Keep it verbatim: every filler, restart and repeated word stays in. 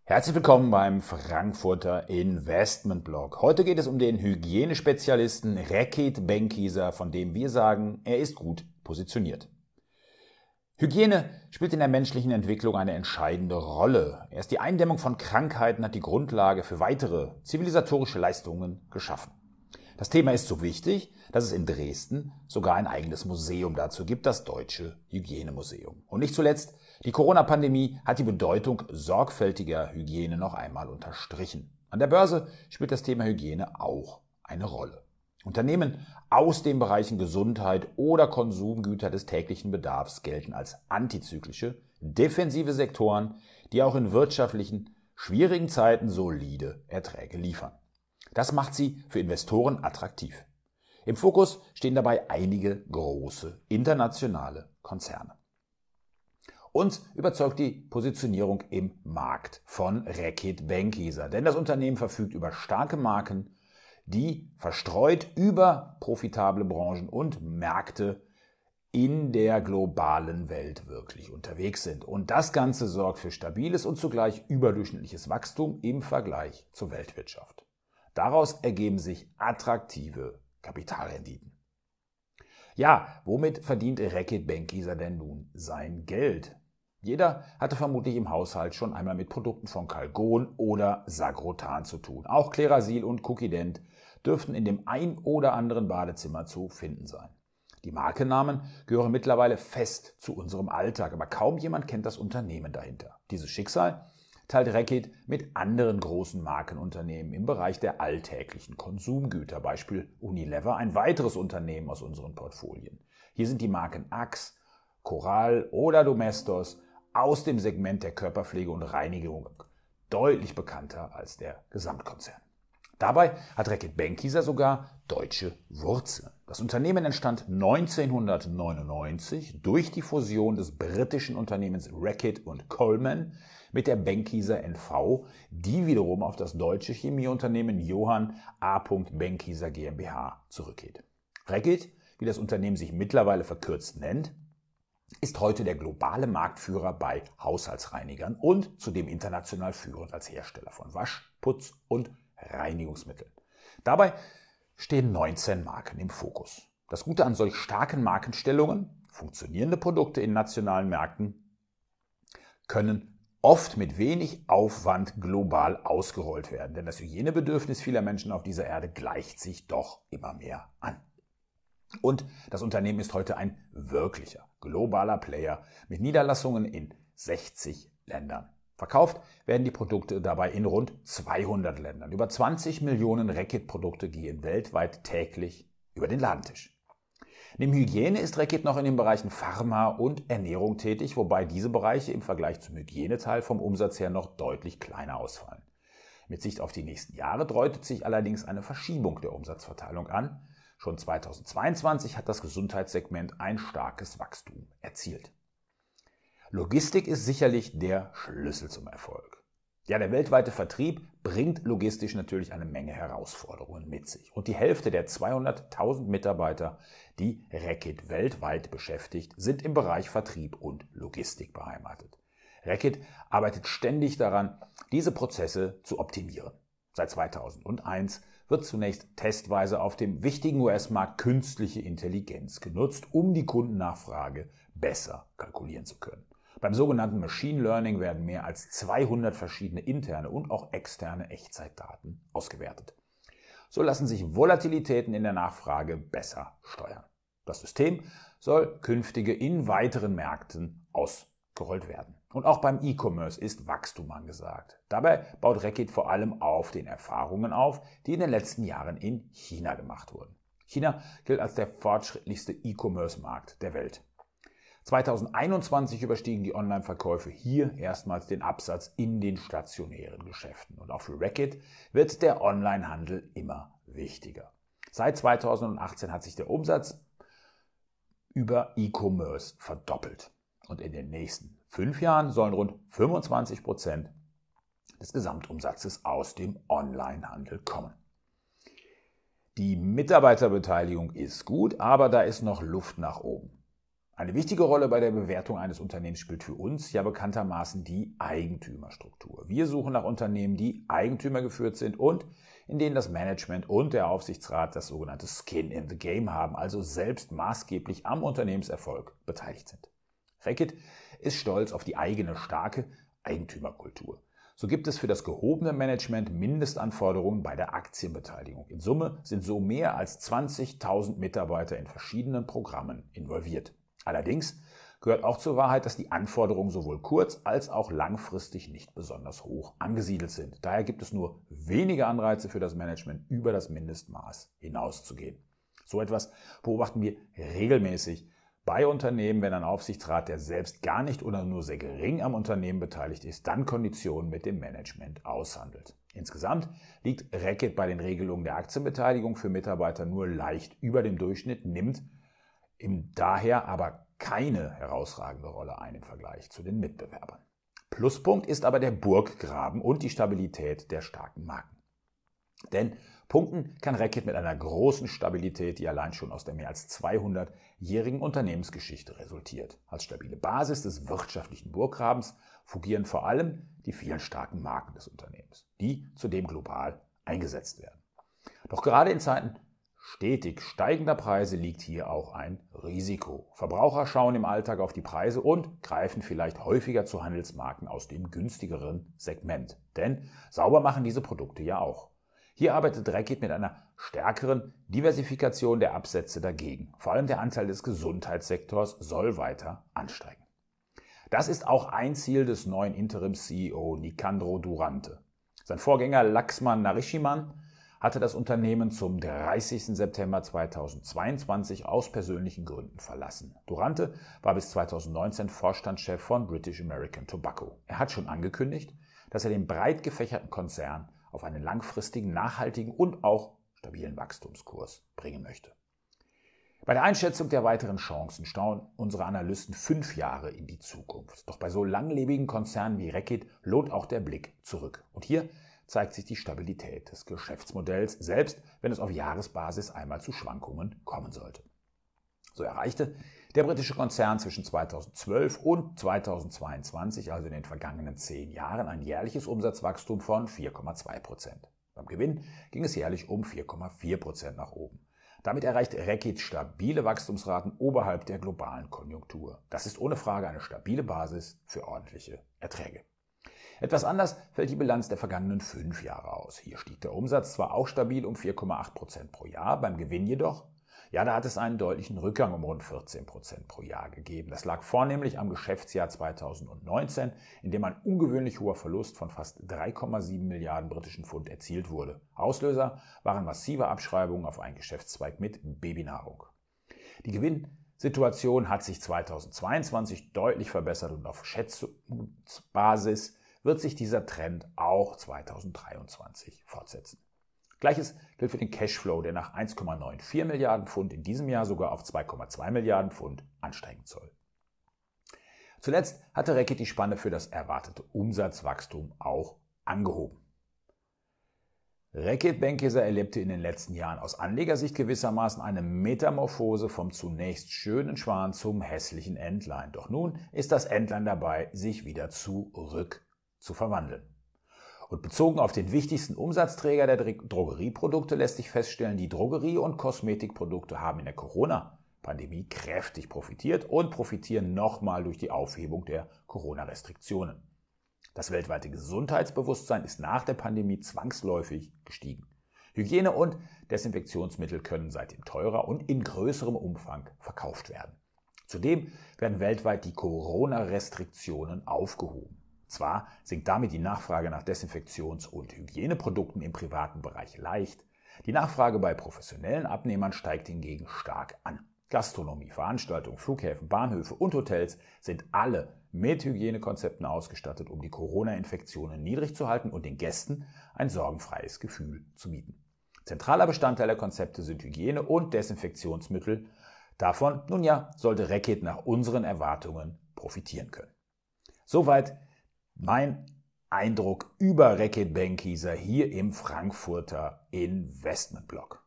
Herzlich willkommen beim Frankfurter Investmentblog. Heute geht es um den Hygienespezialisten Reckitt Benckiser, von dem wir sagen, er ist gut positioniert. Hygiene spielt in der menschlichen Entwicklung eine entscheidende Rolle. Erst die Eindämmung von Krankheiten hat die Grundlage für weitere zivilisatorische Leistungen geschaffen. Das Thema ist so wichtig, dass es in Dresden sogar ein eigenes Museum dazu gibt, das Deutsche Hygienemuseum. Und nicht zuletzt, die Corona-Pandemie hat die Bedeutung sorgfältiger Hygiene noch einmal unterstrichen. An der Börse spielt das Thema Hygiene auch eine Rolle. Unternehmen aus den Bereichen Gesundheit oder Konsumgüter des täglichen Bedarfs gelten als antizyklische, defensive Sektoren, die auch in wirtschaftlichen, schwierigen Zeiten solide Erträge liefern. Das macht sie für Investoren attraktiv. Im Fokus stehen dabei einige große internationale Konzerne. Uns überzeugt die Positionierung im Markt von Reckitt Benckiser, denn das Unternehmen verfügt über starke Marken, die verstreut über profitable Branchen und Märkte in der globalen Welt wirklich unterwegs sind. Und das Ganze sorgt für stabiles und zugleich überdurchschnittliches Wachstum im Vergleich zur Weltwirtschaft. Daraus ergeben sich attraktive Kapitalrenditen. Ja, womit verdient Reckitt Benckiser denn nun sein Geld? Jeder hatte vermutlich im Haushalt schon einmal mit Produkten von Calgon oder Sagrotan zu tun. Auch Klerasil und Cookie-Dent dürften in dem ein oder anderen Badezimmer zu finden sein. Die Markennamen gehören mittlerweile fest zu unserem Alltag, aber kaum jemand kennt das Unternehmen dahinter. Dieses Schicksal teilt Reckitt mit anderen großen Markenunternehmen im Bereich der alltäglichen Konsumgüter, Beispiel Unilever, ein weiteres Unternehmen aus unseren Portfolien. Hier sind die Marken Axe, Coral oder Domestos aus dem Segment der Körperpflege und Reinigung deutlich bekannter als der Gesamtkonzern. Dabei hat Reckitt Benckiser sogar deutsche Wurzeln. Das Unternehmen entstand neunzehnhundertneunundneunzig durch die Fusion des britischen Unternehmens Reckitt und Coleman mit der Benckiser N V, die wiederum auf das deutsche Chemieunternehmen Johann A. Benckiser GmbH zurückgeht. Reckitt, wie das Unternehmen sich mittlerweile verkürzt nennt, ist heute der globale Marktführer bei Haushaltsreinigern und zudem international führend als Hersteller von Wasch-, Putz- und Reinigungsmitteln. Dabei stehen neunzehn Marken im Fokus. Das Gute an solch starken Markenstellungen, funktionierende Produkte in nationalen Märkten, können oft mit wenig Aufwand global ausgerollt werden, denn das Hygienebedürfnis vieler Menschen auf dieser Erde gleicht sich doch immer mehr an. Und das Unternehmen ist heute ein wirklicher globaler Player mit Niederlassungen in sechzig Ländern. Verkauft werden die Produkte dabei in rund zweihundert Ländern. Über zwanzig Millionen Reckitt-Produkte gehen weltweit täglich über den Ladentisch. Neben Hygiene ist Reckitt noch in den Bereichen Pharma und Ernährung tätig, wobei diese Bereiche im Vergleich zum Hygieneteil vom Umsatz her noch deutlich kleiner ausfallen. Mit Sicht auf die nächsten Jahre deutet sich allerdings eine Verschiebung der Umsatzverteilung an. Schon zweitausendzweiundzwanzig hat das Gesundheitssegment ein starkes Wachstum erzielt. Logistik ist sicherlich der Schlüssel zum Erfolg. Ja, der weltweite Vertrieb bringt logistisch natürlich eine Menge Herausforderungen mit sich. Und die Hälfte der zweihunderttausend Mitarbeiter, die Reckitt weltweit beschäftigt, sind im Bereich Vertrieb und Logistik beheimatet. Reckitt arbeitet ständig daran, diese Prozesse zu optimieren. Seit zweitausendeins wird zunächst testweise auf dem wichtigen U S-Markt künstliche Intelligenz genutzt, um die Kundennachfrage besser kalkulieren zu können. Beim sogenannten Machine Learning werden mehr als zweihundert verschiedene interne und auch externe Echtzeitdaten ausgewertet. So lassen sich Volatilitäten in der Nachfrage besser steuern. Das System soll künftige in weiteren Märkten ausgerollt werden. Und auch beim E-Commerce ist Wachstum angesagt. Dabei baut Reckitt vor allem auf den Erfahrungen auf, die in den letzten Jahren in China gemacht wurden. China gilt als der fortschrittlichste E-Commerce-Markt der Welt. zweitausendeinundzwanzig überstiegen die Online-Verkäufe hier erstmals den Absatz in den stationären Geschäften. Und auch für Reckitt wird der Onlinehandel immer wichtiger. Seit zweitausendachtzehn hat sich der Umsatz über E-Commerce verdoppelt. Und in den nächsten fünf Jahren sollen rund fünfundzwanzig Prozent des Gesamtumsatzes aus dem Onlinehandel kommen. Die Mitarbeiterbeteiligung ist gut, aber da ist noch Luft nach oben. Eine wichtige Rolle bei der Bewertung eines Unternehmens spielt für uns ja bekanntermaßen die Eigentümerstruktur. Wir suchen nach Unternehmen, die Eigentümer geführt sind und in denen das Management und der Aufsichtsrat das sogenannte Skin in the Game haben, also selbst maßgeblich am Unternehmenserfolg beteiligt sind. Reckitt ist stolz auf die eigene starke Eigentümerkultur. So gibt es für das gehobene Management Mindestanforderungen bei der Aktienbeteiligung. In Summe sind so mehr als zwanzigtausend Mitarbeiter in verschiedenen Programmen involviert. Allerdings gehört auch zur Wahrheit, dass die Anforderungen sowohl kurz- als auch langfristig nicht besonders hoch angesiedelt sind. Daher gibt es nur wenige Anreize für das Management, über das Mindestmaß hinauszugehen. So etwas beobachten wir regelmäßig bei Unternehmen, wenn ein Aufsichtsrat, der selbst gar nicht oder nur sehr gering am Unternehmen beteiligt ist, dann Konditionen mit dem Management aushandelt. Insgesamt liegt Reckitt bei den Regelungen der Aktienbeteiligung für Mitarbeiter nur leicht über dem Durchschnitt, nimmt im daher aber keine herausragende Rolle ein im Vergleich zu den Mitbewerbern. Pluspunkt ist aber der Burggraben und die Stabilität der starken Marken. Denn punkten kann Reckitt mit einer großen Stabilität, die allein schon aus der mehr als zweihundertjährigen Unternehmensgeschichte resultiert. Als stabile Basis des wirtschaftlichen Burggrabens fungieren vor allem die vielen starken Marken des Unternehmens, die zudem global eingesetzt werden. Doch gerade in Zeiten stetig steigender Preise liegt hier auch ein Risiko. Verbraucher schauen im Alltag auf die Preise und greifen vielleicht häufiger zu Handelsmarken aus dem günstigeren Segment. Denn sauber machen diese Produkte ja auch. Hier arbeitet Reckitt mit einer stärkeren Diversifikation der Absätze dagegen. Vor allem der Anteil des Gesundheitssektors soll weiter ansteigen. Das ist auch ein Ziel des neuen Interims-C E O Nicandro Durante. Sein Vorgänger Laxman Narasimhan hatte das Unternehmen zum dreißigsten September zweitausendzweiundzwanzig aus persönlichen Gründen verlassen. Durante war bis zweitausendneunzehn Vorstandschef von British American Tobacco. Er hat schon angekündigt, dass er den breit gefächerten Konzern auf einen langfristigen, nachhaltigen und auch stabilen Wachstumskurs bringen möchte. Bei der Einschätzung der weiteren Chancen schauen unsere Analysten fünf Jahre in die Zukunft. Doch bei so langlebigen Konzernen wie Reckitt lohnt auch der Blick zurück. Und hier zeigt sich die Stabilität des Geschäftsmodells, selbst wenn es auf Jahresbasis einmal zu Schwankungen kommen sollte. So erreichte der britische Konzern zwischen zweitausendzwölf und zweitausendzweiundzwanzig, also in den vergangenen zehn Jahren, ein jährliches Umsatzwachstum von vier Komma zwei Prozent. Beim Gewinn ging es jährlich um vier Komma vier Prozent nach oben. Damit erreicht Reckitt stabile Wachstumsraten oberhalb der globalen Konjunktur. Das ist ohne Frage eine stabile Basis für ordentliche Erträge. Etwas anders fällt die Bilanz der vergangenen fünf Jahre aus. Hier stieg der Umsatz zwar auch stabil um vier Komma acht Prozent pro Jahr, beim Gewinn jedoch, ja, da hat es einen deutlichen Rückgang um rund vierzehn Prozent pro Jahr gegeben. Das lag vornehmlich am Geschäftsjahr zweitausendneunzehn, in dem ein ungewöhnlich hoher Verlust von fast drei Komma sieben Milliarden britischen Pfund erzielt wurde. Auslöser waren massive Abschreibungen auf einen Geschäftszweig mit Babynahrung. Die Gewinnsituation hat sich zweitausendzweiundzwanzig deutlich verbessert und auf Schätzungsbasis wird sich dieser Trend auch zweitausenddreiundzwanzig fortsetzen. Gleiches gilt für den Cashflow, der nach eins Komma vierundneunzig Milliarden Pfund in diesem Jahr sogar auf zwei Komma zwei Milliarden Pfund ansteigen soll. Zuletzt hatte Reckitt die Spanne für das erwartete Umsatzwachstum auch angehoben. Reckitt Benckiser erlebte in den letzten Jahren aus Anlegersicht gewissermaßen eine Metamorphose vom zunächst schönen Schwan zum hässlichen Entlein. Doch nun ist das Entlein dabei, sich wieder zurück zu verwandeln. Und bezogen auf den wichtigsten Umsatzträger der Drogerieprodukte lässt sich feststellen, die Drogerie- und Kosmetikprodukte haben in der Corona-Pandemie kräftig profitiert und profitieren nochmal durch die Aufhebung der Corona-Restriktionen. Das weltweite Gesundheitsbewusstsein ist nach der Pandemie zwangsläufig gestiegen. Hygiene- und Desinfektionsmittel können seitdem teurer und in größerem Umfang verkauft werden. Zudem werden weltweit die Corona-Restriktionen aufgehoben. Zwar sinkt damit die Nachfrage nach Desinfektions- und Hygieneprodukten im privaten Bereich leicht, die Nachfrage bei professionellen Abnehmern steigt hingegen stark an. Gastronomie, Veranstaltungen, Flughäfen, Bahnhöfe und Hotels sind alle mit Hygienekonzepten ausgestattet, um die Corona-Infektionen niedrig zu halten und den Gästen ein sorgenfreies Gefühl zu bieten. Zentraler Bestandteil der Konzepte sind Hygiene- und Desinfektionsmittel. Davon, nun ja, sollte Reckitt nach unseren Erwartungen profitieren können. Soweit mein Eindruck über Reckitt Benckiser hier im Frankfurter Investmentblog.